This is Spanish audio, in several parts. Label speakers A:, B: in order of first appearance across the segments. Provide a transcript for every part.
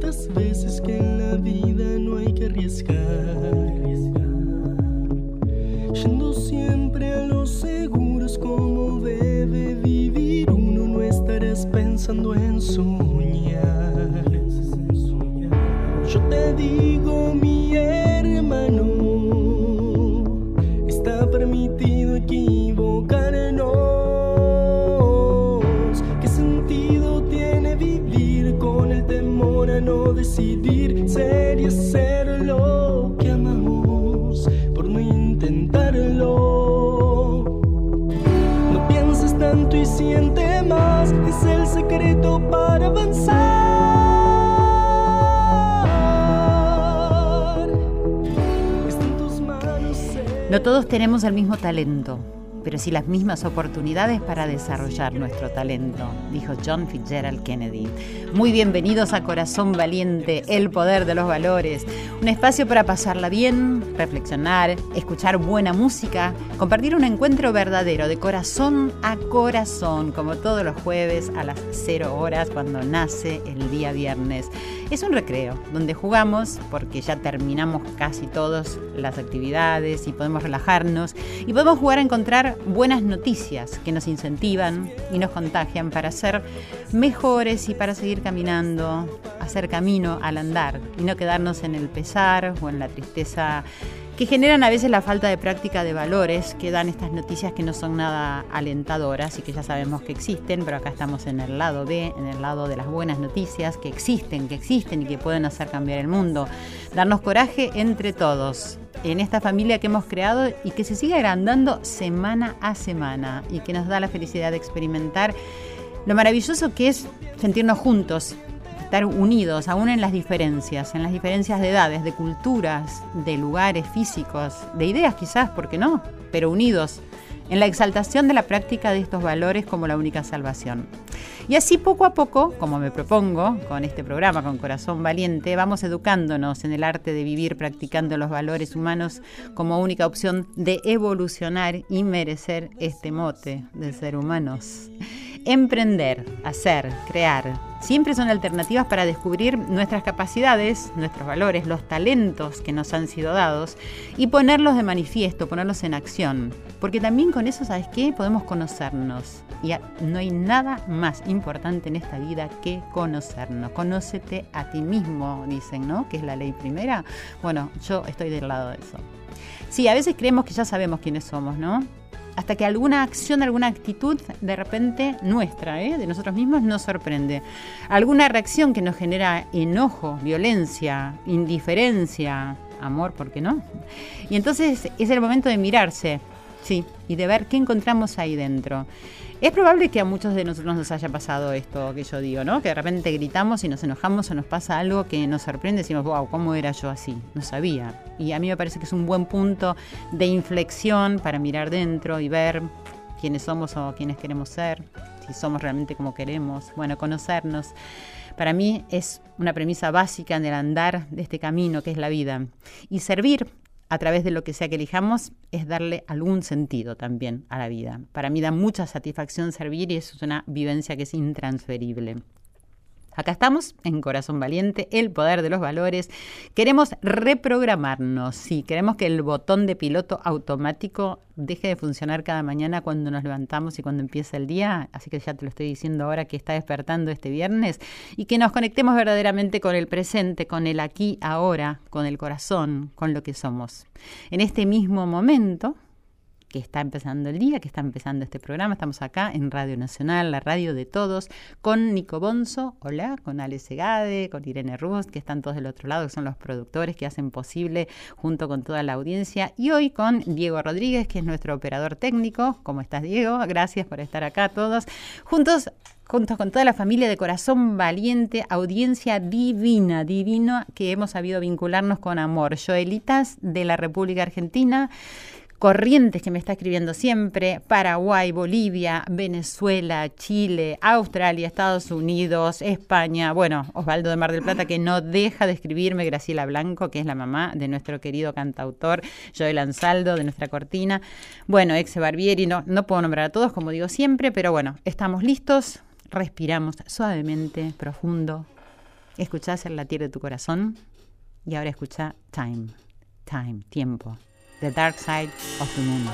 A: tantas veces que en la vida no hay que arriesgar, yendo siempre a los seguros como debe vivir uno. No estarás pensando en soñar. Yo te digo, mi hermano, está permitido equivocarnos. ¿Qué sentido tiene vivir con el temor a no decidir ser y hacer lo que amamos por no intentarlo? No pienses tanto y siente más, es el secreto para avanzar.
B: No todos tenemos el mismo talento, pero sí las mismas oportunidades para desarrollar nuestro talento, dijo John Fitzgerald Kennedy. Muy bienvenidos a Corazón Valiente, el poder de los valores. Un espacio para pasarla bien, reflexionar, escuchar buena música, compartir un encuentro verdadero de corazón a corazón, como todos los jueves a las 0 horas cuando nace el día viernes. Es un recreo donde jugamos porque ya terminamos casi todas las actividades y podemos relajarnos y podemos jugar a encontrar buenas noticias que nos incentivan y nos contagian para ser mejores y para seguir caminando, hacer camino al andar y no quedarnos en el pesar o en la tristeza que generan a veces la falta de práctica de valores que dan estas noticias que no son nada alentadoras y que ya sabemos que existen, pero acá estamos en el lado B, en el lado de las buenas noticias que existen y que pueden hacer cambiar el mundo. Darnos coraje entre todos en esta familia que hemos creado y que se sigue agrandando semana a semana y que nos da la felicidad de experimentar lo maravilloso que es sentirnos juntos, estar unidos, aún en las diferencias de edades, de culturas, de lugares físicos, de ideas quizás, ¿por qué no? Pero unidos en la exaltación de la práctica de estos valores como la única salvación. Y así poco a poco, como me propongo con este programa, con Corazón Valiente, vamos educándonos en el arte de vivir practicando los valores humanos como única opción de evolucionar y merecer este mote de ser humanos. Emprender, hacer, crear, siempre son alternativas para descubrir nuestras capacidades, nuestros valores, los talentos que nos han sido dados y ponerlos de manifiesto, ponerlos en acción. Porque también con eso, ¿sabes qué? Podemos conocernos. Y no hay nada más importante en esta vida que conocernos. Conócete a ti mismo, dicen, ¿no? Que es la ley primera. Bueno, yo estoy del lado de eso. Sí, a veces creemos que ya sabemos quiénes somos, ¿no? Hasta que alguna acción, alguna actitud de repente nuestra, de nosotros mismos, nos sorprende. Alguna reacción que nos genera enojo, violencia, indiferencia, amor, ¿por qué no? Y entonces es el momento de mirarse, sí, y de ver qué encontramos ahí dentro. Es probable que a muchos de nosotros nos haya pasado esto que yo digo, ¿no? Que de repente gritamos y nos enojamos o nos pasa algo que nos sorprende y decimos, wow, ¿cómo era yo así? No sabía. Y a mí me parece que es un buen punto de inflexión para mirar dentro y ver quiénes somos o quiénes queremos ser, si somos realmente como queremos. Bueno, conocernos. Para mí es una premisa básica en el andar de este camino que es la vida. Y servir a través de lo que sea que elijamos, es darle algún sentido también a la vida. Para mí da mucha satisfacción servir y eso es una vivencia que es intransferible. Acá estamos en Corazón Valiente, el poder de los valores. Queremos reprogramarnos, sí, queremos que el botón de piloto automático deje de funcionar cada mañana cuando nos levantamos y cuando empieza el día. Así que ya te lo estoy diciendo ahora que está despertando este viernes y que nos conectemos verdaderamente con el presente, con el aquí, ahora, con el corazón, con lo que somos. En este mismo momento que está empezando el día, que está empezando este programa. Estamos acá en Radio Nacional, la radio de todos, con Nico Bonzo, hola, con Ale Segade, con Irene Rust, que están todos del otro lado, que son los productores que hacen posible junto con toda la audiencia. Y hoy con Diego Rodríguez, que es nuestro operador técnico. ¿Cómo estás, Diego? Gracias por estar acá todos. Juntos con toda la familia de Corazón Valiente, audiencia divina que hemos sabido vincularnos con amor. Joelitas de la República Argentina, Corrientes, que me está escribiendo siempre, Paraguay, Bolivia, Venezuela, Chile, Australia, Estados Unidos, España, bueno, Osvaldo de Mar del Plata, que no deja de escribirme, Graciela Blanco, que es la mamá de nuestro querido cantautor, Joel Ansaldo, de nuestra cortina, bueno, Exe Barbieri, no puedo nombrar a todos, como digo siempre, pero bueno, estamos listos, respiramos suavemente, profundo, Escuchás el latir de tu corazón y ahora escucha Time, tiempo. The Dark Side of the Moon.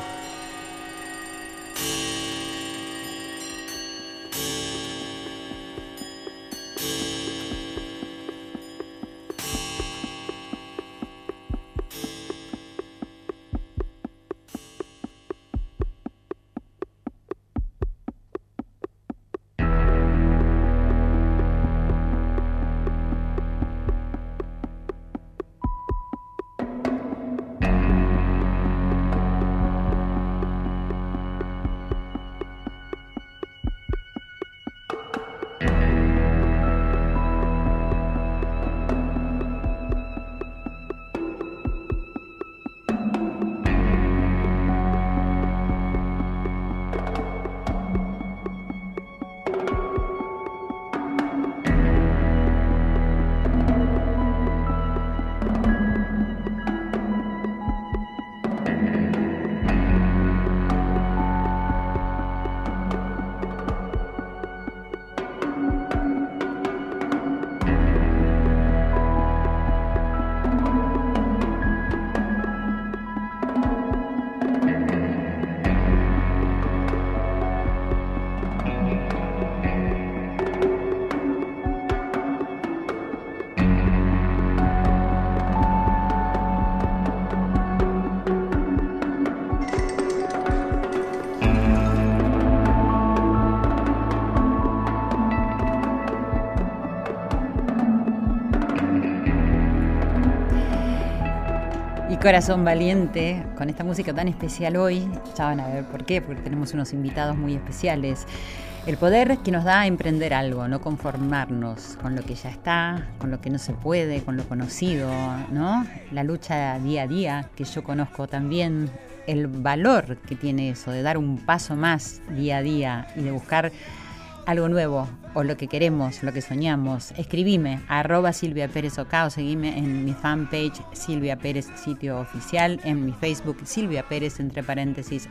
B: Corazón Valiente, con esta música tan especial hoy, ya van a ver por qué, porque tenemos unos invitados muy especiales. El poder que nos da a emprender algo, no conformarnos con lo que ya está, con lo que no se puede, con lo conocido, ¿no? La lucha día a día, que yo conozco también, el valor que tiene eso, de dar un paso más día a día y de buscar algo nuevo, o lo que queremos, lo que soñamos. Escribime @Silvia Pérez OK o seguime en mi fanpage Silvia Pérez sitio oficial, en mi Facebook Silvia Pérez entre paréntesis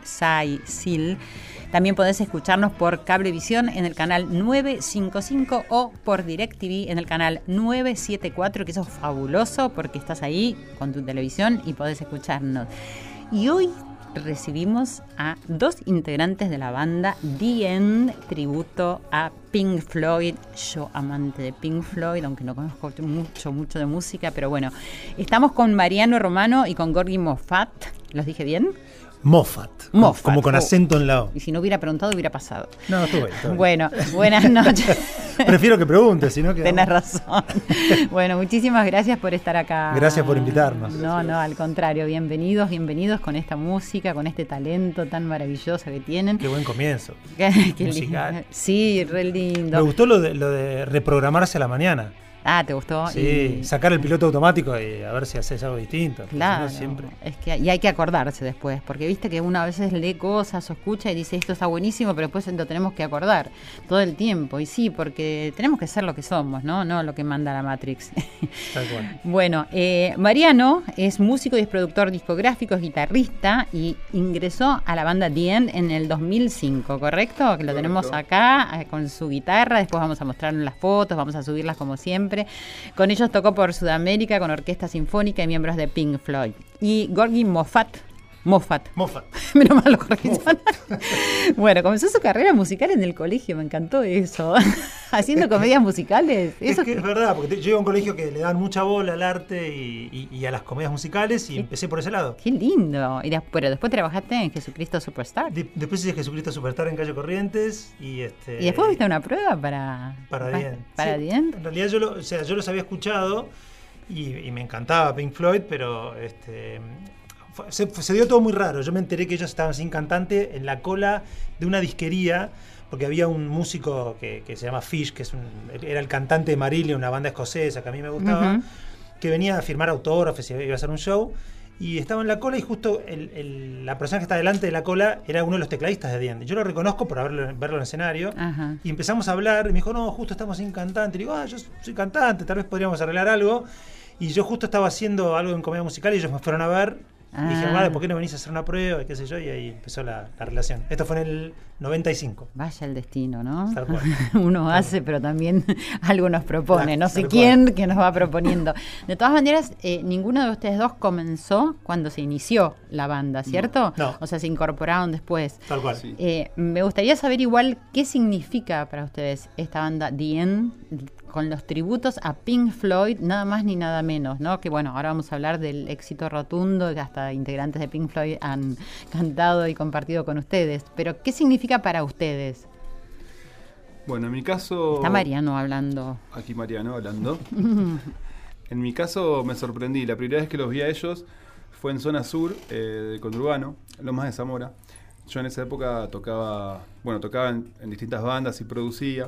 B: Sil. También podés escucharnos por Cablevisión en el canal 955 o por DirecTV en el canal 974, que eso es fabuloso porque estás ahí con tu televisión y podés escucharnos. Y hoy recibimos a 2 integrantes de la banda The End, tributo a Pink Floyd. Yo amante de Pink Floyd, aunque no conozco mucho de música, pero bueno, estamos con Mariano Romano y con Gorgi Moffat. ¿Los dije bien?
C: Moffat, como con acento en la O.
B: Y si no hubiera preguntado, hubiera pasado.
C: No, estuvo bien.
B: Bueno, buenas noches.
C: Prefiero que preguntes, si no que...
B: Tenés razón. Bueno, muchísimas gracias por estar acá.
C: Gracias por invitarnos.
B: No, al contrario. Bienvenidos con esta música, con este talento tan maravilloso que tienen.
C: Qué buen comienzo.
B: Qué
C: musical.
B: Lindo. Sí, re lindo.
C: Me gustó lo de reprogramarse a la mañana.
B: Ah, ¿te gustó?
C: Sí, sacar el piloto automático y a ver si haces algo distinto.
B: Claro,
C: si no, siempre...
B: es que y hay que acordarse después, porque viste que uno a veces lee cosas o escucha y dice esto está buenísimo, pero después lo tenemos que acordar todo el tiempo. Y sí, porque tenemos que ser lo que somos, no lo que manda la Matrix.
C: Tal cual.
B: Bueno, Mariano es músico y es productor discográfico, es guitarrista y ingresó a la banda The End en el 2005, ¿correcto? Que lo tenemos acá con su guitarra, después vamos a mostrar las fotos, vamos a subirlas como siempre. Con ellos tocó por Sudamérica con orquesta sinfónica y miembros de Pink Floyd. Y Gorgi Moffat. Menos mal lo corregí. Bueno, comenzó su carrera musical en el colegio, me encantó eso. Haciendo comedias musicales.
C: Eso es verdad, porque yo iba a un colegio que le dan mucha bola al arte y a las comedias musicales y empecé por ese lado.
B: Qué lindo. Pero después trabajaste en Jesucristo Superstar.
C: Después hice Jesucristo Superstar en Calle Corrientes y
B: después viste una prueba para
C: The End. En realidad yo los había escuchado y me encantaba Pink Floyd, pero se dio todo muy raro. Yo me enteré que ellos estaban sin cantante en la cola de una disquería, porque había un músico que se llama Fish, que era el cantante de Marillion, una banda escocesa que a mí me gustaba, que venía a firmar autógrafos y iba a hacer un show, y estaba en la cola y justo la persona que está delante de la cola era uno de los tecladistas de The End. Yo lo reconozco por verlo en el escenario.
B: Ajá.
C: Y empezamos a hablar y me dijo, no, justo estamos sin cantante. Y digo, yo soy cantante, tal vez podríamos arreglar algo. Y yo justo estaba haciendo algo en comedia musical y ellos me fueron a ver. Y dije, vale, ¿por qué no venís a hacer una prueba? Y qué sé yo, y ahí empezó la relación. Esto fue en el 95.
B: Vaya el destino, ¿no?
C: Tal cual.
B: Uno hace, pero también algo nos propone.
C: Claro,
B: no sé
C: tal
B: quién
C: cual.
B: que nos va proponiendo. De todas maneras, ninguno de ustedes dos comenzó cuando se inició la banda, ¿cierto?
C: No.
B: O sea, se incorporaron después.
C: Tal cual.
D: Sí.
B: Me gustaría saber igual qué significa para ustedes esta banda The End, con los tributos a Pink Floyd, nada más ni nada menos, ¿no? Que bueno, ahora vamos a hablar del éxito rotundo que hasta integrantes de Pink Floyd han cantado y compartido con ustedes. Pero, ¿qué significa para ustedes?
D: Bueno, en mi caso...
B: Está Mariano hablando.
D: Aquí Mariano hablando. En mi caso me sorprendí. La primera vez que los vi a ellos fue en zona sur de Conurbano, Lomas de Zamora. Yo en esa época tocaba en distintas bandas y producía.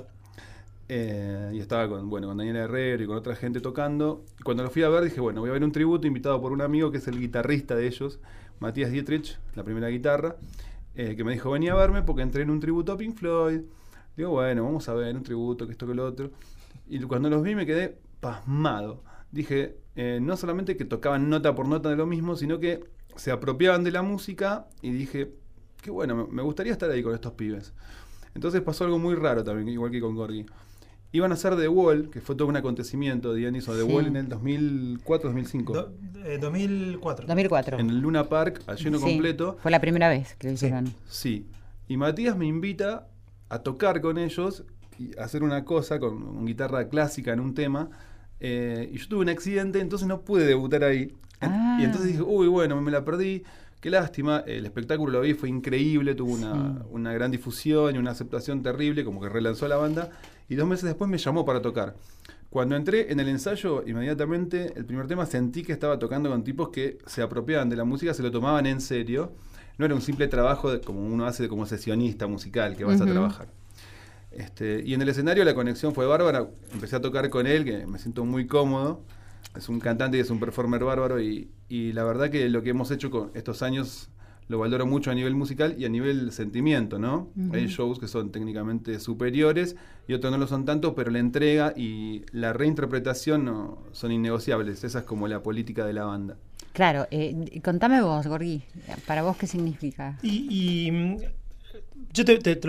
D: Y estaba con Daniel Herrero y con otra gente tocando. Y cuando los fui a ver dije, bueno, voy a ver un tributo invitado por un amigo que es el guitarrista de ellos, Matías Dietrich, la primera guitarra, que me dijo, venía a verme porque entré en un tributo a Pink Floyd. Digo, bueno, vamos a ver un tributo, que esto, que lo otro. Y cuando los vi me quedé pasmado. Dije, no solamente que tocaban nota por nota de lo mismo, sino que se apropiaban de la música, y dije, qué bueno, me gustaría estar ahí con estos pibes. Entonces pasó algo muy raro también, igual que con Gorgi. Iban a hacer The Wall, que fue todo un acontecimiento. Dian hizo The Wall en el 2004-2005.
C: 2004.
B: 2004.
D: En el Luna Park, al lleno completo.
B: Fue la primera vez que lo hicieron.
D: Sí. Y Matías me invita a tocar con ellos y hacer una cosa con guitarra clásica en un tema. Y yo tuve un accidente, entonces no pude debutar ahí. Y entonces dije, uy, bueno, me la perdí. Qué lástima. El espectáculo lo vi, fue increíble. Tuvo una gran difusión y una aceptación terrible, como que relanzó a la banda. Y 2 meses después me llamó para tocar. Cuando entré en el ensayo, inmediatamente, el primer tema, sentí que estaba tocando con tipos que se apropiaban de la música, se lo tomaban en serio. No era un simple trabajo como uno hace como sesionista musical, que vas a trabajar. Y en el escenario la conexión fue bárbara. Empecé a tocar con él, que me siento muy cómodo. Es un cantante y es un performer bárbaro. Y la verdad que lo que hemos hecho con estos años lo valoro mucho a nivel musical y a nivel sentimiento, ¿no? Hay shows que son técnicamente superiores y otros no lo son tanto, pero la entrega y la reinterpretación no son innegociables. Esa es como la política de la banda.
B: Claro, contame vos, Gorgi, ¿para vos qué significa?
C: Yo te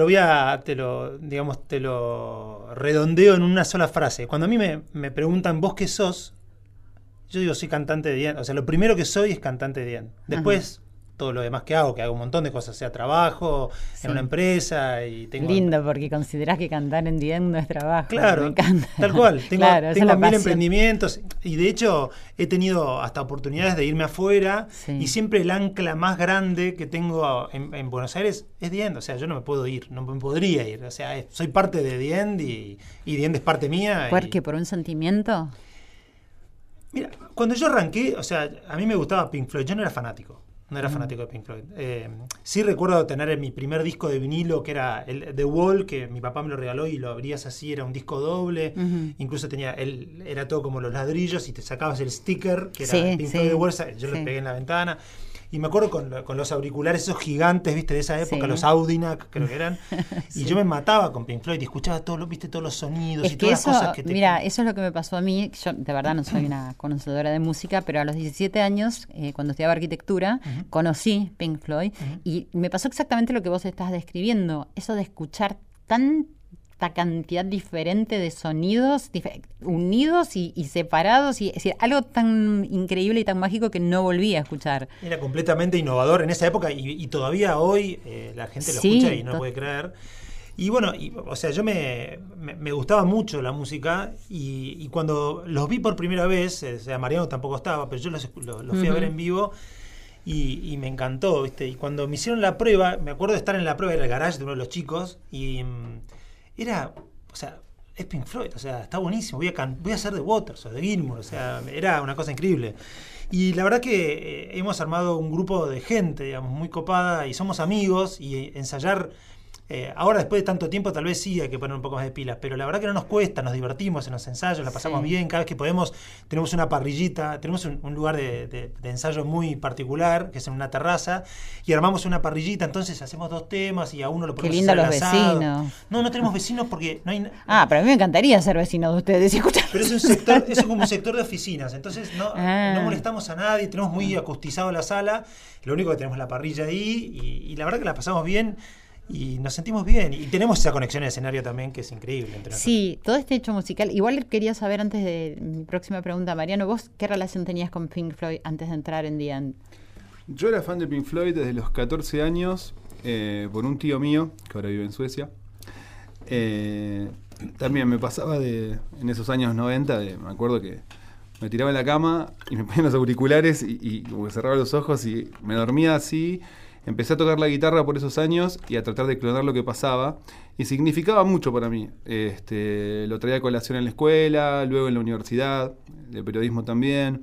C: lo redondeo en una sola frase. Cuando a mí me preguntan, ¿vos qué sos? Yo digo, soy cantante de The End. O sea, lo primero que soy es cantante de The End. Después, todo lo demás que hago un montón de cosas, sea trabajo en una empresa y tengo...
B: Lindo, porque considerás que cantar en The End no es trabajo.
C: Claro,
B: me encanta.
C: Tal cual. Tengo 1000
B: pasión.
C: emprendimientos y de hecho he tenido hasta oportunidades de irme afuera y siempre el ancla más grande que tengo en Buenos Aires es The End. O sea, yo no me puedo ir, no me podría ir. O sea, soy parte de The End y The End es parte mía.
B: ¿Por qué? ¿Por un sentimiento?
C: Mira, cuando yo arranqué, o sea, a mí me gustaba Pink Floyd, yo no era fanático. No era fanático de Pink Floyd. Sí recuerdo tener mi primer disco de vinilo, que era el The Wall, que mi papá me lo regaló y lo abrías así, era un disco doble. Incluso era todo como los ladrillos y te sacabas el sticker, que era Pink Floyd The Wall, yo lo pegué en la ventana. Y me acuerdo con los auriculares esos gigantes, ¿viste? De esa época, los Audinac, creo que eran. Y yo me mataba con Pink Floyd y escuchaba todos los sonidos y todas las cosas que te...
B: Mira, eso es lo que me pasó a mí. Yo de verdad no soy una conocedora de música, pero a los 17 años, cuando estudiaba arquitectura, conocí Pink Floyd y me pasó exactamente lo que vos estás describiendo. Eso de escuchar tanta cantidad diferente de sonidos unidos y separados, es decir, algo tan increíble y tan mágico que no volví a escuchar.
C: Era completamente innovador en esa época y todavía hoy la gente lo escucha y no lo puede creer. Y bueno, o sea, yo me gustaba mucho la música y cuando los vi por primera vez, o sea, Mariano tampoco estaba, pero yo los fui a ver en vivo. Y me encantó, ¿viste? Y cuando me hicieron la prueba, me acuerdo de estar en la prueba, era el garage de uno de los chicos, y era, o sea, es Pink Floyd, o sea, está buenísimo, voy a hacer The Waters o The Gilmour, o sea, era una cosa increíble. Y la verdad que hemos armado un grupo de gente, digamos, muy copada, y somos amigos, y ensayar Ahora, después de tanto tiempo, tal vez sí hay que poner un poco más de pilas, pero la verdad que no nos cuesta, nos divertimos en los ensayos, la pasamos bien, cada vez que podemos tenemos una parrillita, tenemos un lugar de ensayo muy particular, que es en una terraza, y armamos una parrillita, entonces hacemos 2 temas y a uno lo ponemos.
B: Qué lindo los vecinos.
C: No tenemos vecinos porque no hay...
B: Pero a mí me encantaría ser vecino de ustedes.
C: Pero es un sector, es como un sector de oficinas, entonces no molestamos a nadie, tenemos muy acustizado la sala, lo único que tenemos es la parrilla ahí, y la verdad que la pasamos bien. Y nos sentimos bien. Y tenemos esa conexión de escenario también que es increíble. Entre
B: sí, todo este hecho musical. Igual quería saber, antes de mi próxima pregunta, Mariano, ¿vos qué relación tenías con Pink Floyd antes de entrar en The End?
D: Yo era fan de Pink Floyd desde los 14 años por un tío mío, que ahora vive en Suecia. También me pasaba en esos años 90, me acuerdo que me tiraba en la cama y me ponían los auriculares y como que cerraba los ojos y me dormía así. Empecé a tocar la guitarra por esos años y a tratar de clonar lo que pasaba, y significaba mucho para mí. Lo traía a colación en la escuela, luego en la universidad, de periodismo también.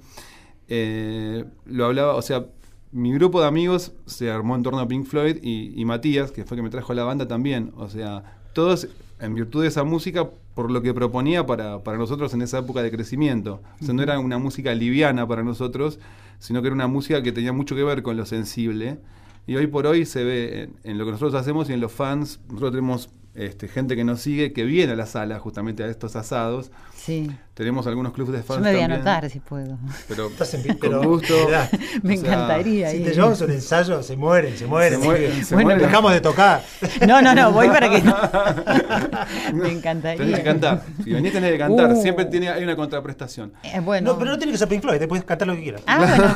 D: Lo hablaba, o sea, mi grupo de amigos se armó en torno a Pink Floyd y Matías, que fue que me trajo a la banda también. O sea, todos en virtud de esa música, por lo que proponía para nosotros en esa época de crecimiento. O sea, no era una música liviana para nosotros, sino que era una música que tenía mucho que ver con lo sensible. Y hoy por hoy se ve en lo que nosotros hacemos y en los fans. Nosotros tenemos gente que nos sigue, que viene a la sala justamente a estos asados.
B: Sí.
D: Tenemos algunos clubes de fans.
B: Yo me voy a
D: también,
B: anotar si puedo.
D: Pero
C: con
D: gusto.
B: Me encantaría.
C: Si te llevamos un ensayo, se mueren.
B: Bueno,
C: dejamos de tocar.
B: No, voy para que no. Me encantaría.
D: Tenés que cantar. Si venís tenés que cantar. Siempre hay una contraprestación.
B: Bueno.
C: No, pero no tiene que ser Pink Floyd, te puedes cantar lo que quieras.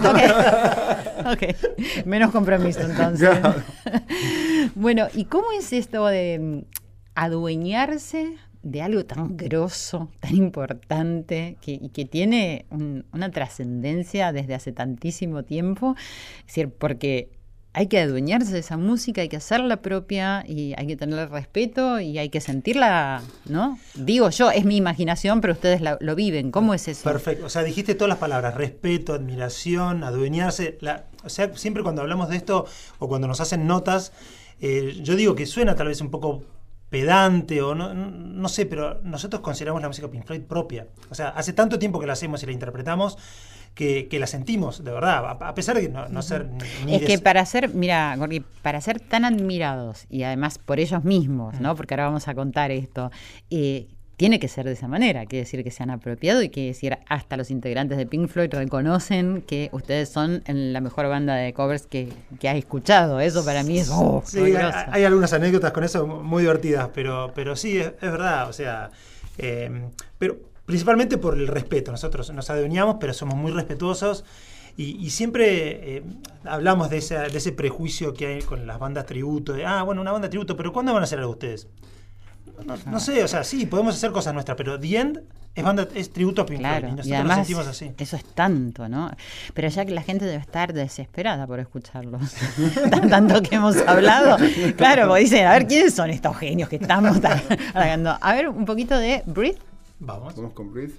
B: Bueno, ok. Menos compromiso entonces.
D: Claro.
B: Bueno, ¿y cómo es esto de adueñarse de algo tan grosso, tan importante, y que tiene una trascendencia desde hace tantísimo tiempo? Es decir, porque hay que adueñarse de esa música, hay que hacerla propia y hay que tenerle respeto y hay que sentirla, ¿no? Digo yo, es mi imaginación, pero ustedes lo viven. ¿Cómo es eso?
C: Perfecto. O sea, dijiste todas las palabras: respeto, admiración, adueñarse. O sea, siempre cuando hablamos de esto o cuando nos hacen notas, yo digo que suena tal vez un poco pedante o no sé, pero nosotros consideramos la música Pink Floyd propia. O sea, hace tanto tiempo que la hacemos y la interpretamos que la sentimos, de verdad, a pesar de no ser ni
B: es que para ser, mira, Gorky, para ser tan admirados y además por ellos mismos, ¿no? Porque ahora vamos a contar esto, tiene que ser de esa manera, quiere decir que se han apropiado y quiere decir hasta los integrantes de Pink Floyd reconocen que ustedes son la mejor banda de covers que has escuchado. Eso para mí es
C: sí, hay algunas anécdotas con eso muy divertidas, pero sí, es verdad, o sea, pero principalmente por el respeto. Nosotros nos adueñamos, pero somos muy respetuosos y siempre hablamos de ese prejuicio que hay con las bandas tributo, de, bueno, una banda tributo, pero ¿cuándo van a hacer algo ustedes? No sé, o sea, sí, podemos hacer cosas nuestras, pero The End es tributo a Pink Floyd, y nosotros
B: además,
C: lo sentimos así.
B: Eso es tanto, ¿no? Pero ya que la gente debe estar desesperada por escucharlos, tanto que hemos hablado, claro, porque dicen, a ver, ¿quiénes son estos genios que estamos hablando? A ver, un poquito de Breathe.
D: Vamos con Breathe.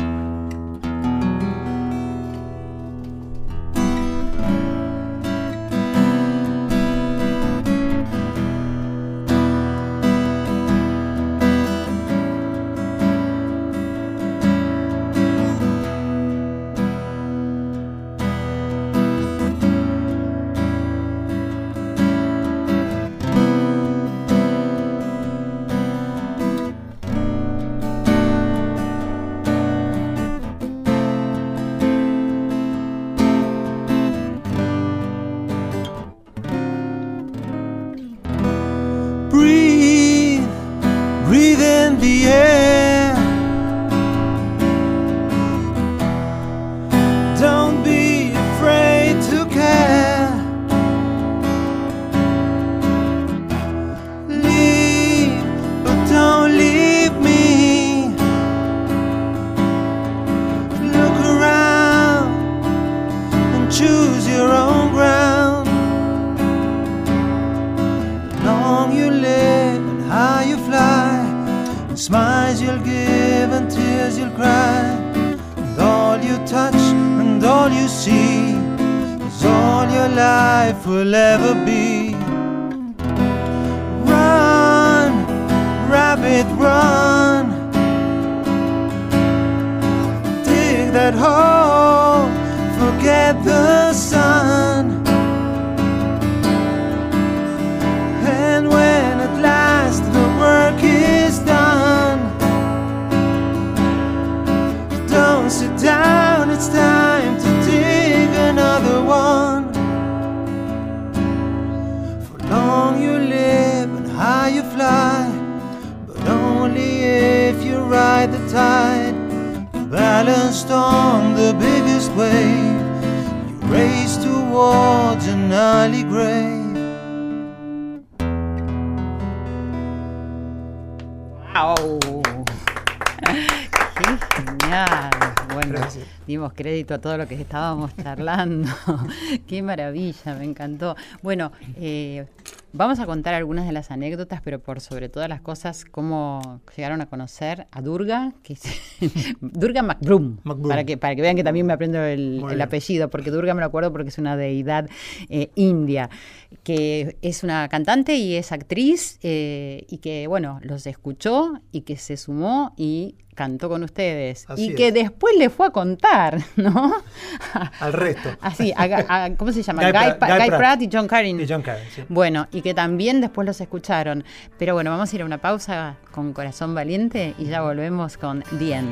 A: Smiles you'll give and tears you'll cry, and all you touch and all you see is all your life will ever be. Run rabbit run. Dig that hole, forget the sun. And when at last the work is done, don't sit down, it's time to dig another one. For long you live and high you fly, but only if you ride the tide. Balanced on the biggest wave, you race towards an early grave.
B: ¡Wow! ¡Qué genial! Bueno,
C: Gracias.
B: dimos crédito a todo lo que estábamos charlando. ¡Qué maravilla! Me encantó. Bueno, vamos a contar algunas de las anécdotas, pero por sobre todas las cosas, cómo llegaron a conocer a Durga, que es Durga McBroom, para que vean que también me aprendo el apellido, porque Durga me lo acuerdo porque es una deidad india, que es una cantante y es actriz, y que, bueno, los escuchó y que se sumó y cantó con ustedes.
C: Así
B: y que
C: es.
B: después le fue a contar, ¿no?
C: Al resto.
B: Así, ¿cómo se llama?
C: Guy
B: Guy
C: Pratt.
B: Pratt y John Carin.
C: Y John Carin, sí.
B: Bueno, y que también después los escucharon. Pero bueno, vamos a ir a una pausa con Corazón Valiente y ya volvemos con The End.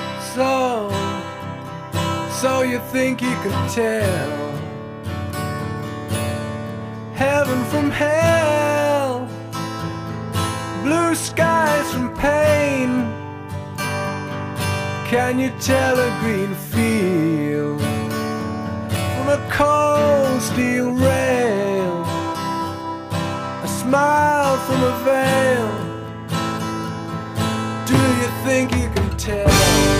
A: So you think you can tell heaven from hell, blue skies from pain. Can you tell a green field from a cold steel rail, a smile from a veil? Do you think you can tell?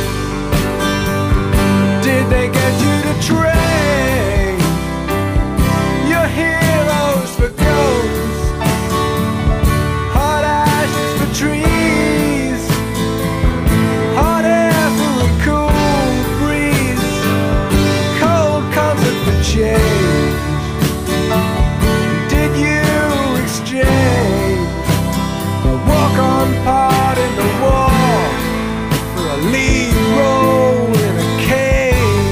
A: Did they get you to trade your heroes for ghosts, hot ashes for trees, hot air for a cool breeze, cold comfort for change? Did you exchange a walk-on part in the war for a lead role in a cage?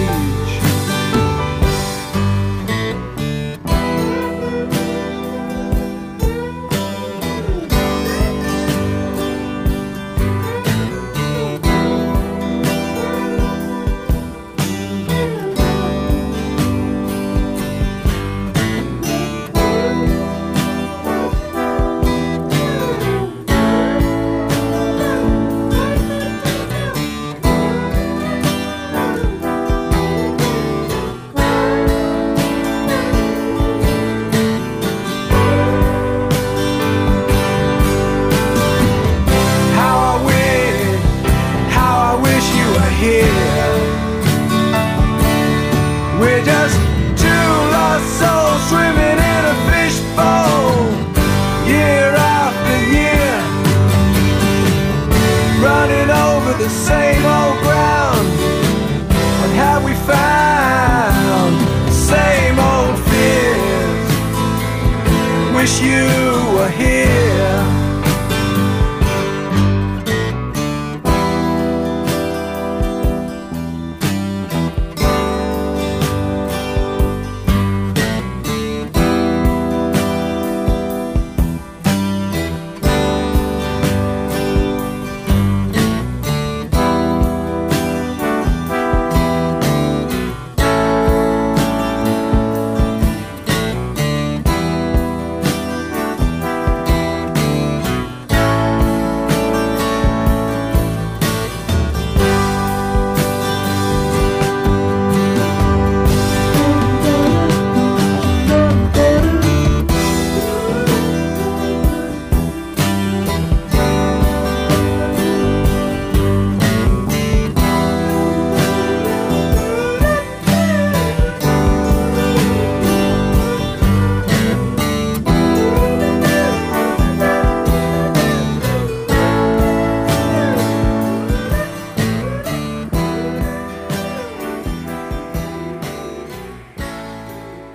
A: How I wish you were here. We're just two lost souls swimming in a fishbowl, year after year, running over the same old ground. What have we found? The same old fears. Wish you were here.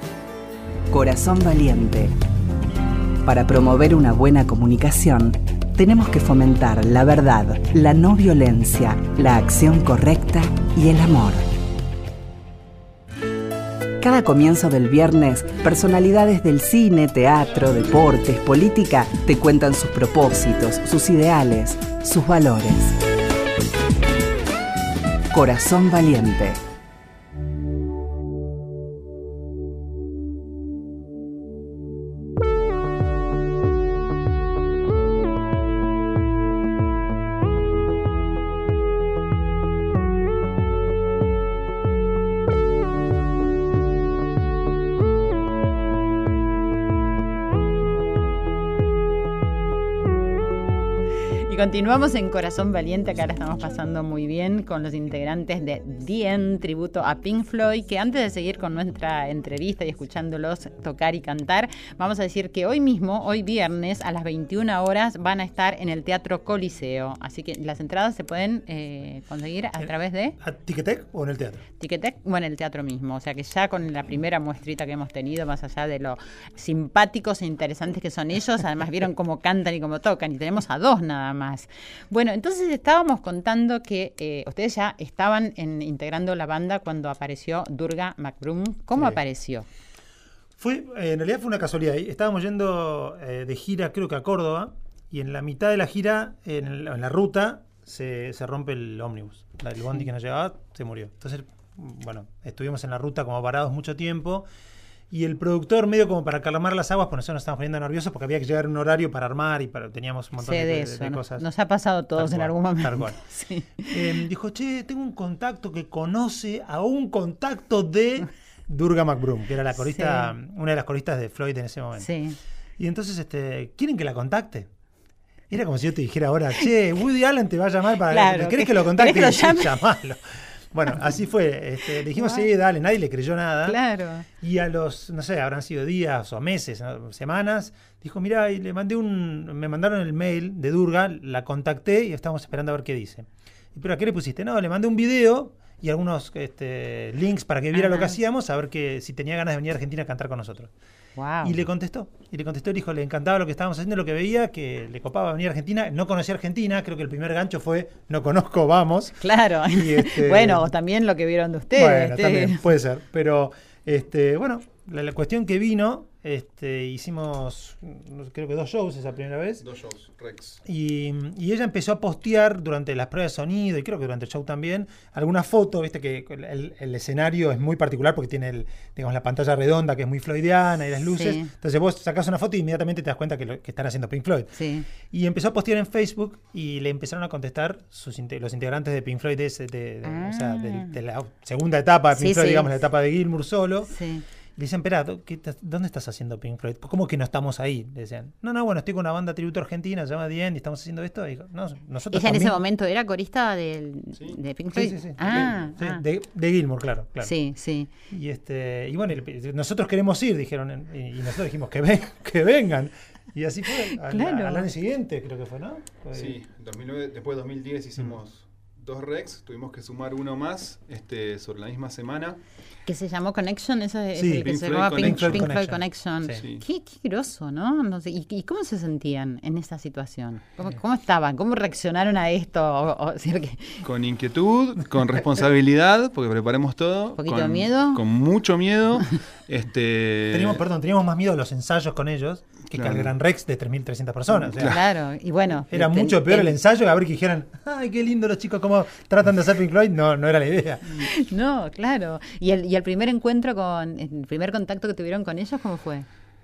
E: Corazón Valiente. Para promover una buena comunicación, tenemos que fomentar la verdad, la no violencia, la acción correcta y el amor. Cada comienzo del viernes, personalidades del cine, teatro, deportes, política te cuentan sus propósitos, sus ideales, sus valores. Corazón Valiente.
B: Continuamos en Corazón Valiente, acá la estamos pasando muy bien con los integrantes de The End, tributo a Pink Floyd, que antes de seguir con nuestra entrevista y escuchándolos tocar y cantar, vamos a decir que hoy mismo, hoy viernes, a las 21 horas, van a estar en el Teatro Coliseo, así que las entradas se pueden conseguir a través de...
C: ¿A Ticketek o en el teatro?
B: Ticketek o en el teatro mismo, o sea que ya con la primera muestrita que hemos tenido, más allá de lo simpáticos e interesantes que son ellos, además vieron cómo cantan y cómo tocan, y tenemos a dos nada más. Bueno, entonces estábamos contando que ustedes ya estaban integrando la banda cuando apareció Durga McBroom. ¿Cómo apareció?
C: En realidad fue una casualidad. Estábamos yendo de gira, creo que a Córdoba, y en la mitad de la gira, en la ruta, se rompe el ómnibus. El bondi que nos llevaba se murió. Entonces, bueno, estuvimos en la ruta como parados mucho tiempo. Y el productor, medio como para calmar las aguas, pues nosotros nos estábamos poniendo nerviosos porque había que llegar a un horario para armar y teníamos un montón de cosas.
B: Nos ha pasado a todos en algún momento.
C: Tal cual. Sí. Dijo, tengo un contacto que conoce a un contacto de Durga McBroom, que era la corista, una de las coristas de Floyd en ese momento.
B: Sí.
C: Y entonces, ¿quieren que la contacte? Era como si yo te dijera ahora, Woody Allen te va a llamar para...
B: Claro,
C: ¿Querés que lo contacte?
B: ¿Querés que lo llame?
C: Llamalo. Bueno, así fue. Le dijimos, sí, dale, nadie le creyó nada.
B: Claro.
C: Y a los, no sé, habrán sido días o meses, ¿no? Semanas, dijo, mirá, y me mandaron el mail de Durga, la contacté y estamos esperando a ver qué dice. ¿Pero a qué le pusiste? No, le mandé un video y algunos links para que viera lo que hacíamos, a ver si tenía ganas de venir a Argentina a cantar con nosotros.
B: Wow.
C: Y le contestó, le dijo, le encantaba lo que estábamos haciendo, lo que veía, que le copaba venir a Argentina. No conocía Argentina, creo que el primer gancho fue, no conozco, vamos.
B: Claro, y bueno, también lo que vieron de ustedes.
C: Bueno, también, puede ser, pero bueno, la cuestión que vino, hicimos, creo que 2 shows esa primera vez.
D: 2 shows, Rex.
C: Y ella empezó a postear durante las pruebas de sonido, y creo que durante el show también, algunas fotos, viste que el escenario es muy particular porque tiene digamos, la pantalla redonda que es muy floydiana y las luces. Sí. Entonces vos sacás una foto y inmediatamente te das cuenta que están haciendo Pink Floyd.
B: Sí.
C: Y empezó a postear en Facebook y le empezaron a contestar los integrantes de Pink Floyd o sea, de la segunda etapa de Pink Floyd, digamos, la etapa de Gilmour solo.
B: Sí.
C: Le dicen, espera, ¿dónde estás haciendo Pink Floyd? ¿Cómo que no estamos ahí? Le decían, no, bueno, estoy con una banda tributo argentina, se llama The End, y estamos haciendo esto. Y dijo, no, nosotros
B: ¿Ella
C: también.
B: en ese momento era corista de Pink Floyd?
C: Sí. De Gilmour, claro.
B: Sí.
C: Y bueno, nosotros queremos ir, dijeron, y nosotros dijimos que vengan. Y así fue, al año siguiente creo que fue, ¿no?
D: Sí, 2009, después de 2010 hicimos 2 Rex, tuvimos que sumar uno más sobre la misma semana.
B: Que se llamó Connection, eso es
C: sí,
B: el que se llamaba Pink Floyd Connection.
C: Sí.
B: Qué groso, ¿no? No sé, ¿y cómo se sentían en esa situación? ¿Cómo estaban? ¿Cómo reaccionaron a esto?
D: Con inquietud, con responsabilidad, porque preparamos todo.
B: ¿Un poquito de miedo?
D: Con mucho miedo.
C: Teníamos más miedo a los ensayos con ellos que al Gran Rex de 3.300 personas. O sea,
B: claro, y bueno.
C: Era mucho peor el ensayo que a ver que dijeran, ay, qué lindo los chicos, cómo tratan de hacer Pink Floyd. No era la idea.
B: No, claro. ¿Y el primer encuentro el primer contacto que tuvieron con ellos, cómo fue?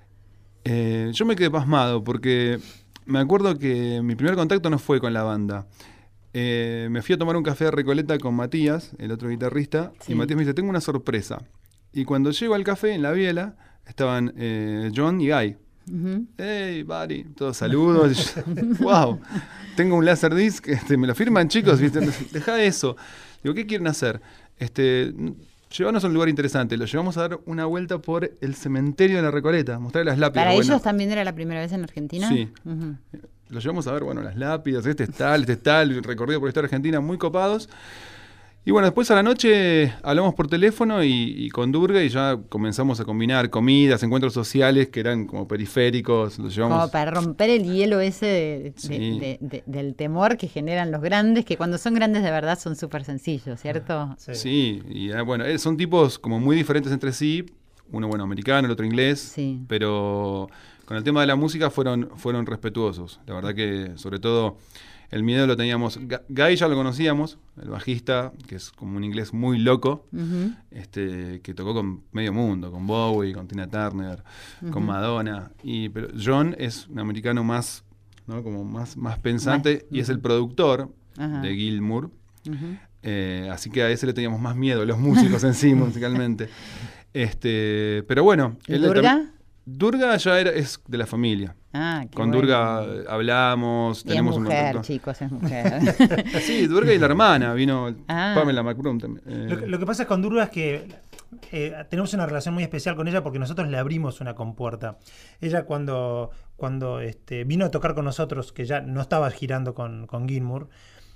D: Yo me quedé pasmado porque me acuerdo que mi primer contacto no fue con la banda. Me fui a tomar un café de Recoleta con Matías, el otro guitarrista, y Matías me dice, tengo una sorpresa. Y cuando llego al café, en la biela, estaban John y Guy.
B: Uh-huh.
D: Hey, buddy, todos saludos. Wow, tengo un Laserdisc, me lo firman, chicos, ¿viste? Deja eso. Digo, ¿qué quieren hacer? Llevarnos a un lugar interesante. Lo llevamos a dar una vuelta por el cementerio de la Recoleta, mostrar las lápidas.
B: ¿Para ellos también era la primera vez en Argentina?
D: Sí.
B: Uh-huh.
D: Lo llevamos a ver, las lápidas, este es tal, el recorrido por la historia argentina, muy copados. Y bueno, después a la noche hablamos por teléfono y con Durga y ya comenzamos a combinar comidas, encuentros sociales que eran como periféricos. Los llevamos...
B: Como para romper el hielo ese del temor que generan los grandes, que cuando son grandes de verdad son súper sencillos, ¿cierto?
D: Sí, y bueno, son tipos como muy diferentes entre sí. Uno, bueno, americano, el otro inglés.
B: Sí.
D: Pero con el tema de la música fueron respetuosos. La verdad que, sobre todo... El miedo lo teníamos... Guy ya lo conocíamos, el bajista, que es como un inglés muy loco, que tocó con medio mundo, con Bowie, con Tina Turner, con Madonna. Pero John es un americano más, ¿no? Como más pensante, y es el productor de Gilmour. Así que a ese le teníamos más miedo, los músicos en sí, musicalmente. Pero bueno...
B: ¿Y Durga?
D: Durga ya es de la familia. Con Durga hablamos,
B: y
D: tenemos
B: es mujer,
D: un montón.
B: chicos, es mujer.
D: Sí, Durga y la hermana, vino Pamela McBroom también.
C: Lo que pasa con Durga es que tenemos una relación muy especial con ella porque nosotros le abrimos una compuerta. Ella cuando vino a tocar con nosotros, que ya no estaba girando con Gilmour,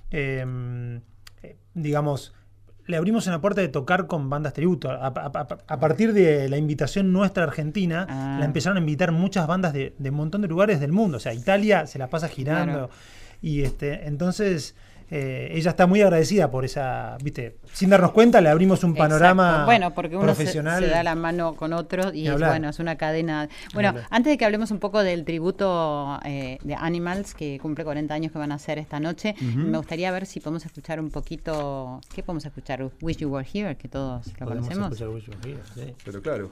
C: digamos... Le abrimos una puerta de tocar con bandas tributo. A partir de la invitación nuestra argentina, la empezaron a invitar muchas bandas de un montón de lugares del mundo. O sea, Italia se la pasa girando. Claro. Y entonces ella está muy agradecida por esa, viste, sin darnos cuenta le abrimos un panorama
B: porque uno
C: profesional.
B: Se da la mano con otro y es una cadena. Bueno, antes de que hablemos un poco del tributo de Animals, que cumple 40 años que van a hacer esta noche, me gustaría ver si podemos escuchar un poquito. ¿Qué podemos escuchar? Wish You Were Here, que todos lo conocemos.
C: Escuchar Wish You Were Here, sí.
D: Pero claro.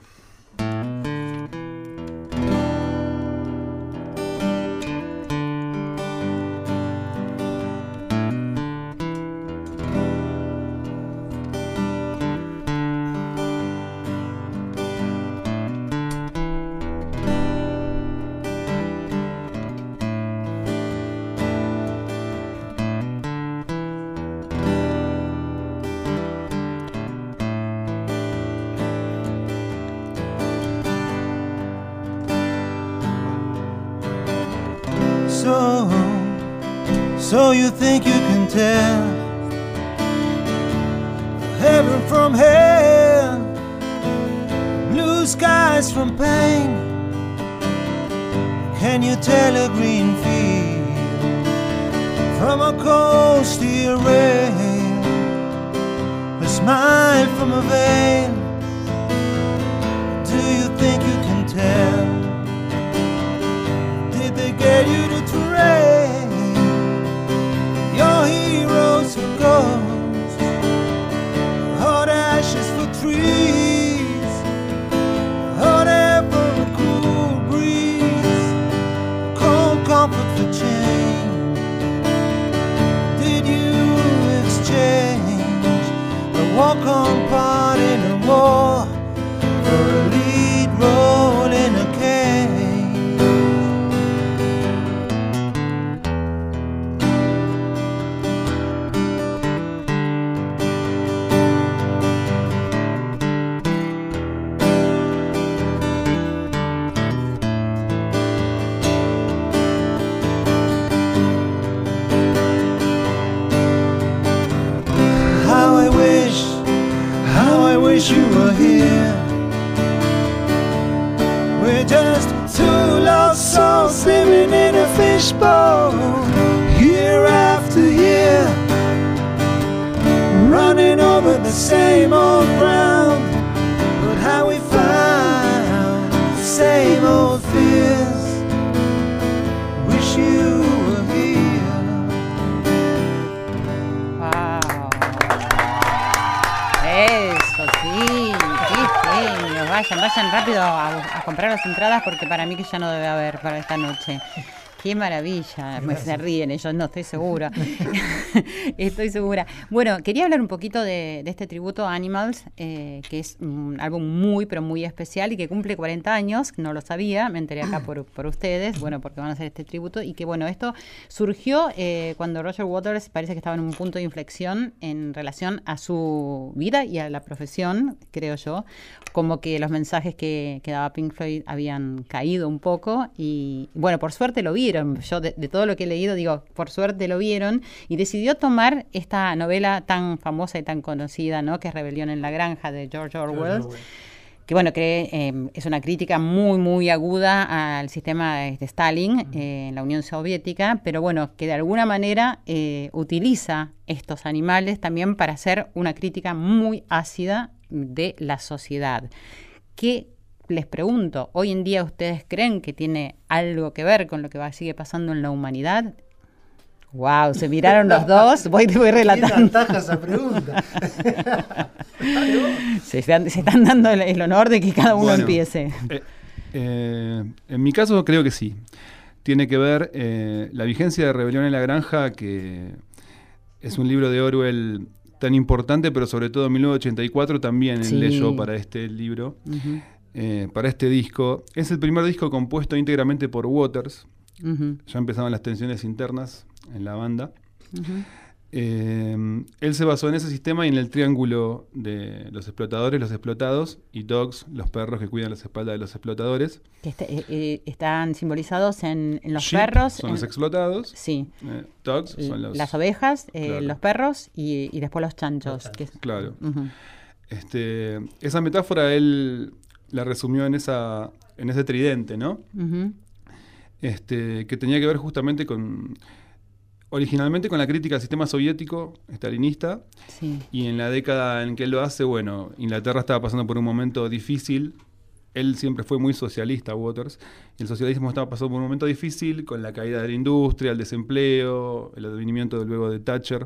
A: So you think you can tell heaven from hell, blue skies from pain? Can you tell a green field from a cold steel rail, a smile from a veil? Do you think you can tell? Did they get you to train your heroes for ghosts, hot ashes for trees, hot air for a cool breeze, cold comfort for change? Did you exchange a walk-on part in a war for a lead role in a cage? You were here. We're just two lost souls living in a fishbowl, year after year, running over the same old ground. But how we found the same old fears. Wish you were here.
B: Wow. Eso sí, qué genio. Vayan rápido a comprar las entradas porque para mí que ya no debe haber para esta noche. Qué maravilla. Se ríen ellos, no, estoy segura. Estoy segura. Bueno, quería hablar un poquito de este tributo a Animals, que es un álbum muy, pero muy especial y que cumple 40 años. No lo sabía, me enteré acá por ustedes, bueno, porque van a hacer este tributo. Y que, bueno, esto surgió cuando Roger Waters parece que estaba en un punto de inflexión en relación a su vida y a la profesión, creo yo. Como que los mensajes que daba Pink Floyd habían caído un poco y, bueno, por suerte lo vieron. vieron. Yo de todo lo que he leído, digo, por suerte lo vieron, y decidió tomar esta novela tan famosa y tan conocida, ¿no? Que es Rebelión en la Granja, de George Orwell. Que bueno, es una crítica muy, muy aguda al sistema de Stalin en la Unión Soviética, pero bueno, que de alguna manera utiliza estos animales también para hacer una crítica muy ácida de la sociedad. ¿Qué les pregunto? ¿Hoy en día ustedes creen que tiene algo que ver con lo que sigue pasando en la humanidad? Wow, se miraron los dos. Voy relatando.
C: ¿Quién ataja esa pregunta?
B: se están dando el honor de que cada uno empiece.
D: En mi caso creo que sí. Tiene que ver la vigencia de Rebelión en la Granja, que es un libro de Orwell tan importante, pero sobre todo en 1984 también leyó para este libro, para este disco. Es el primer disco compuesto íntegramente por Waters. Ya empezaban las tensiones internas en la banda. Él se basó en ese sistema y en el triángulo de los explotadores, los explotados, y dogs, los perros que cuidan las espaldas de los explotadores.
B: Que están simbolizados en los
D: Sheep
B: perros.
D: Son los explotados.
B: Sí.
D: Dogs son
B: las ovejas,
D: claro,
B: los perros y después los chanchos.
D: Claro. Esa metáfora él la resumió en ese tridente, ¿no? Que tenía que ver justamente originalmente con la crítica al sistema soviético estalinista, y en la década en que él lo hace, bueno, Inglaterra estaba pasando por un momento difícil. Él siempre fue muy socialista, Waters, y el socialismo estaba pasando por un momento difícil con la caída de la industria, el desempleo, el advenimiento luego de Thatcher.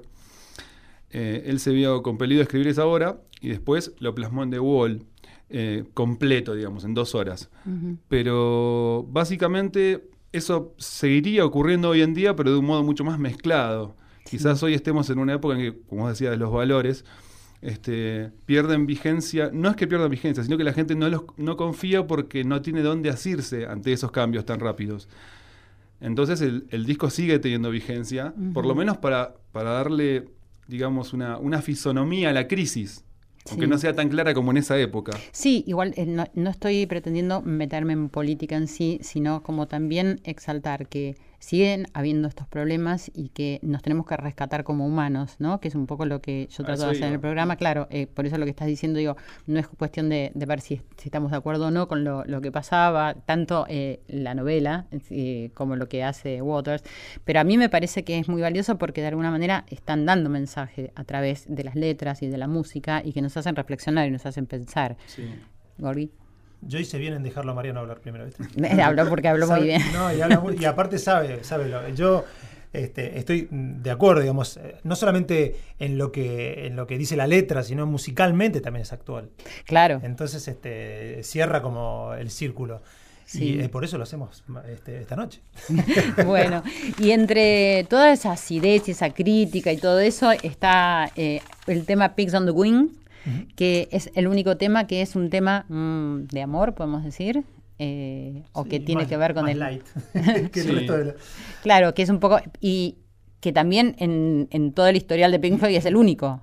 D: Él se vio compelido a escribir esa obra y después lo plasmó en The Wall, completo, digamos, en 2 horas. Pero básicamente eso seguiría ocurriendo hoy en día, pero de un modo mucho más mezclado. Quizás hoy estemos en una época en que, como vos decías, los valores pierden vigencia. No es que pierdan vigencia, sino que la gente no confía porque no tiene dónde asirse ante esos cambios tan rápidos. Entonces el disco sigue teniendo vigencia, por lo menos para darle, digamos, una fisonomía a la crisis. Aunque no sea tan clara como en esa época.
B: Sí, igual no estoy pretendiendo meterme en política en sí, sino como también exaltar que siguen habiendo estos problemas y que nos tenemos que rescatar como humanos, ¿no? Que es un poco lo que yo trato de hacer en el programa. Claro, por eso lo que estás diciendo, digo, no es cuestión de ver si estamos de acuerdo o no con lo que pasaba, tanto la novela como lo que hace Waters, pero a mí me parece que es muy valioso porque de alguna manera están dando mensaje a través de las letras y de la música y que nos hacen reflexionar y nos hacen pensar.
C: Sí.
B: Gorgi.
C: Yo hice bien en dejarlo a Mariano hablar primero, ¿viste?
B: Habló porque habló muy bien.
C: No, y aparte sabe yo estoy de acuerdo, digamos, no solamente en lo que dice la letra, sino musicalmente también es actual.
B: Claro.
C: Entonces cierra como el círculo. Sí. Y por eso lo hacemos esta noche.
B: Bueno, y entre toda esa acidez y esa crítica y todo eso está el tema Pigs on the Wing, que es el único tema que es un tema de amor, podemos decir, o que tiene que ver con el
C: light que el resto de
B: Claro, que es un poco, y que también en todo el historial de Pink Floyd es el único.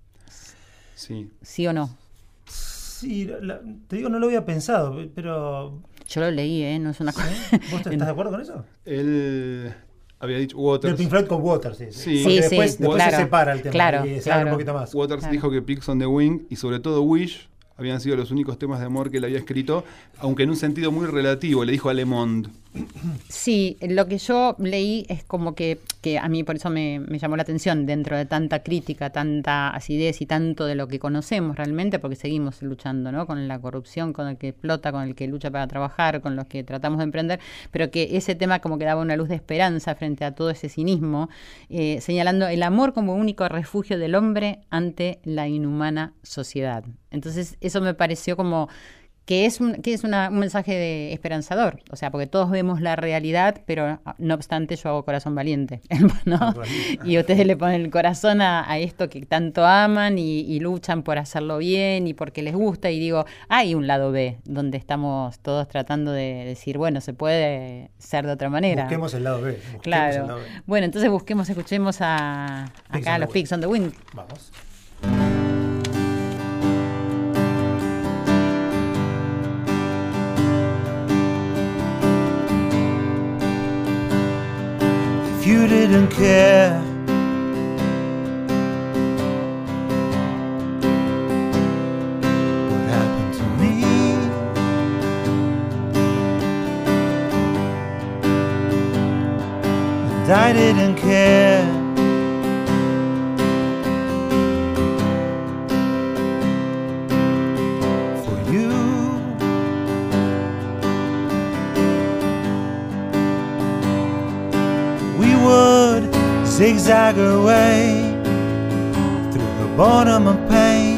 B: ¿Sí o no?
C: Sí, te digo, no lo había pensado, pero
B: yo lo leí, no es una cosa.
C: ¿Vos estás de acuerdo con eso?
D: Él había dicho Waters.
C: El Pink Floyd con Waters,
D: sí.
C: Después
B: claro,
C: se separa el tema,
B: claro,
C: y se abre un poquito más.
D: Waters dijo que Pigs on the Wing y sobre todo Wish habían sido los únicos temas de amor que él había escrito, aunque en un sentido muy relativo, le dijo a Le Monde.
B: Sí, lo que yo leí es como que a mí por eso me llamó la atención, dentro de tanta crítica, tanta acidez y tanto de lo que conocemos realmente, porque seguimos luchando, ¿no? Con la corrupción, con el que explota, con el que lucha para trabajar, con los que tratamos de emprender, pero que ese tema como que daba una luz de esperanza frente a todo ese cinismo, señalando el amor como único refugio del hombre ante la inhumana sociedad. Entonces eso me pareció como que es un mensaje esperanzador, o sea, porque todos vemos la realidad, pero no obstante yo hago corazón valiente, ¿no? Y ustedes le ponen el corazón a esto que tanto aman y luchan por hacerlo bien y porque les gusta, y digo, hay un lado B, donde estamos todos tratando de decir, bueno, se puede ser de otra manera.
C: Busquemos el lado B.
B: Claro. Lado B. Bueno, entonces escuchemos acá a los Pigs on the Wing.
C: Vamos.
A: didn't care. What happened to me? And I didn't care. For you. We would zigzag away through the bottom of pain,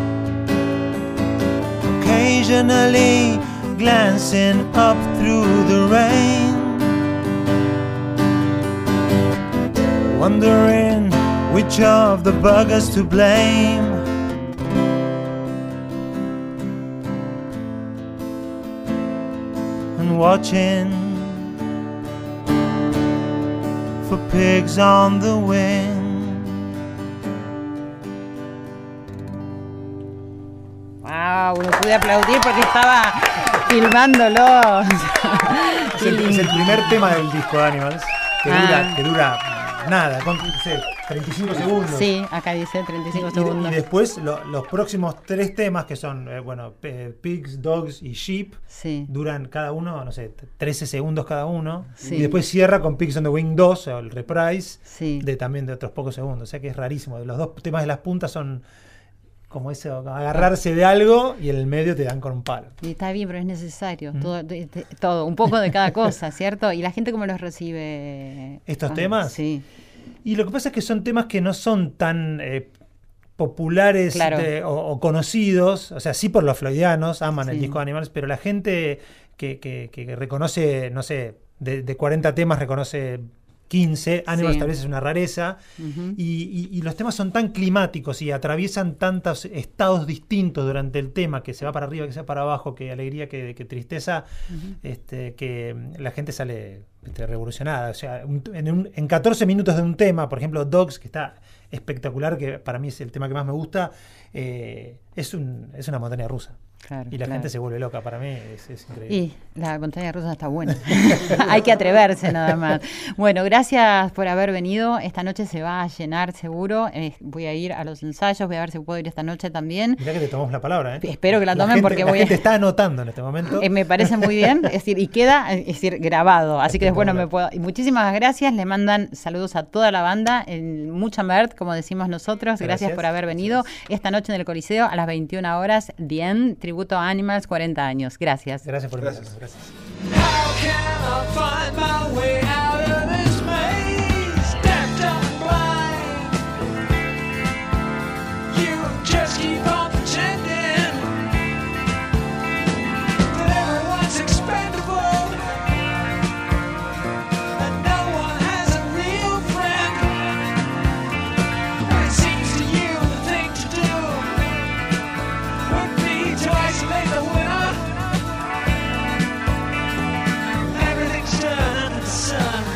A: occasionally glancing up through the rain, wondering which of the buggers to blame. And watching for pigs on the wing.
B: Wow, no pude aplaudir porque estaba filmándolo.
C: Es el primer tema del disco de Animals, que dura nada, con 35 segundos.
B: Sí, acá dice 35 segundos.
C: Y después los próximos 3 temas, que son Pigs, Dogs y Sheep,
B: sí,
C: duran cada uno, no sé, 13 segundos cada uno.
B: Sí.
C: Y después cierra con Pigs on the Wing 2, o el reprise,
B: sí,
C: también de otros pocos segundos. O sea que es rarísimo. Los 2 temas de las puntas son como eso, agarrarse de algo, y en el medio te dan con un palo.
B: Y está bien, pero es necesario. Todo, un poco de cada cosa, ¿cierto? ¿Y la gente cómo los recibe?
C: ¿Estos temas?
B: Sí.
C: Y lo que pasa es que son temas que no son tan populares,
B: claro,
C: o conocidos. O sea, sí, por los floydianos aman
B: sí,
C: el disco de Animals, pero la gente que reconoce, no sé, de 40 temas reconoce 15. Animals, sí, tal vez es una rareza. Uh-huh. Y los temas son tan climáticos y atraviesan tantos estados distintos durante el tema, que se va para arriba, que se va para abajo, que alegría, que tristeza, uh-huh, que la gente sale revolucionada. O sea, en 14 minutos de un tema, por ejemplo, Dogs, que está espectacular, que para mí es el tema que más me gusta, es una montaña rusa.
B: Claro,
C: y la
B: claro,
C: gente se vuelve loca, para mí es increíble.
B: Y la montaña rusa está buena. Hay que atreverse nada más. Bueno, gracias por haber venido. Esta noche se va a llenar seguro. Voy a ir a los ensayos, voy a ver si puedo ir esta noche también.
C: Mirá que te tomamos la palabra, ¿eh?
B: Espero que la tomen, porque
C: la gente está anotando en este momento.
B: Me parece muy bien, es decir, y queda grabado. Así que después me puedo. Y muchísimas gracias. Le mandan saludos a toda la banda. Mucha merd, como decimos nosotros. Gracias por haber venido. Esta noche en el Coliseo a las 21 horas, The End, tributo a Animals, 40 años. Gracias.
C: Gracias por gracias. Gracias.
A: Sun.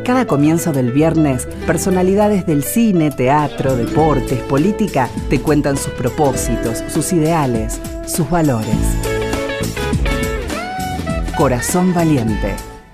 E: Cada comienzo del viernes, personalidades del cine, teatro, deportes, política te cuentan sus propósitos, sus ideales, sus valores. Corazón Valiente.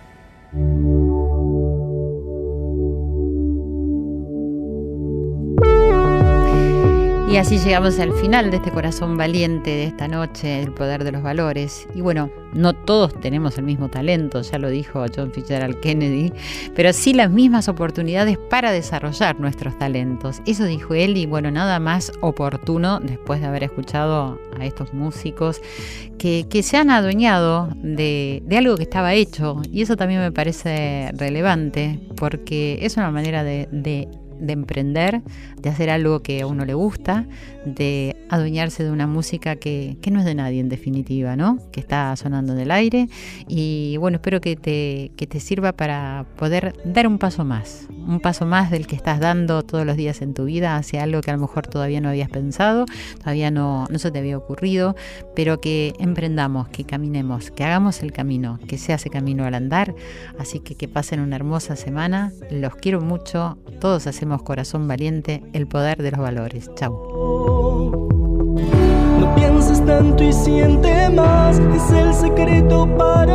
B: Y así llegamos al final de este Corazón Valiente de esta noche, el poder de los valores. Y bueno, no todos tenemos el mismo talento, ya lo dijo John Fitzgerald Kennedy, pero sí las mismas oportunidades para desarrollar nuestros talentos. Eso dijo él, y bueno, nada más oportuno después de haber escuchado a estos músicos que se han adueñado de algo que estaba hecho. Y eso también me parece relevante, porque es una manera de emprender, de hacer algo que a uno le gusta, de adueñarse de una música que no es de nadie en definitiva, ¿no? Que está sonando en el aire. Y bueno, espero que te sirva para poder dar un paso más del que estás dando todos los días en tu vida hacia algo que a lo mejor todavía no habías pensado, todavía no se te había ocurrido, pero que emprendamos, que caminemos, que hagamos el camino, que se hace camino al andar. Así que pasen una hermosa semana, los quiero mucho, todos hacemos Corazón Valiente, el poder de los valores. Chau.
F: No pienses tanto y siente más, es el secreto para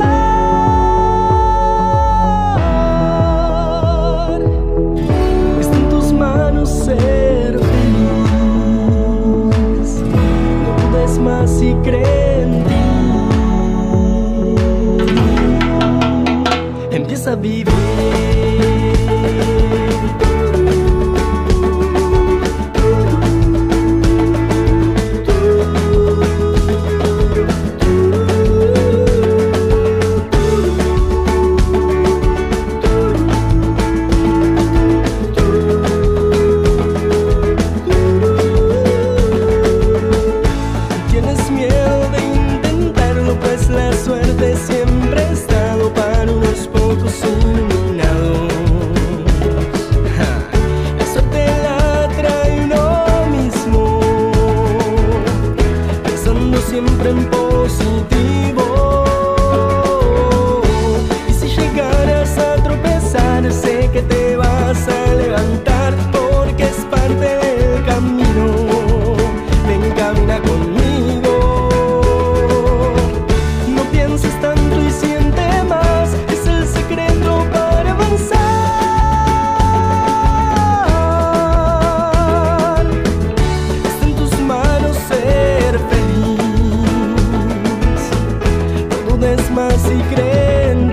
F: avanzar. Está en tus manos ser feliz, no dudes más y cree en ti. Empieza a vivir. Siempre en positivo. Y si llegaras a tropezar, sé que te vas a levantar, porque es parte del camino. Ven, camina conmigo. No pienses tanto y siente más, es el secreto para avanzar. Está en tus manos ser feliz. Más y cree en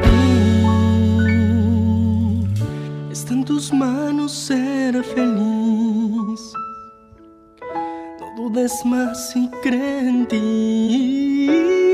F: ti. Está en tus manos ser feliz. No dudes más y cree en ti.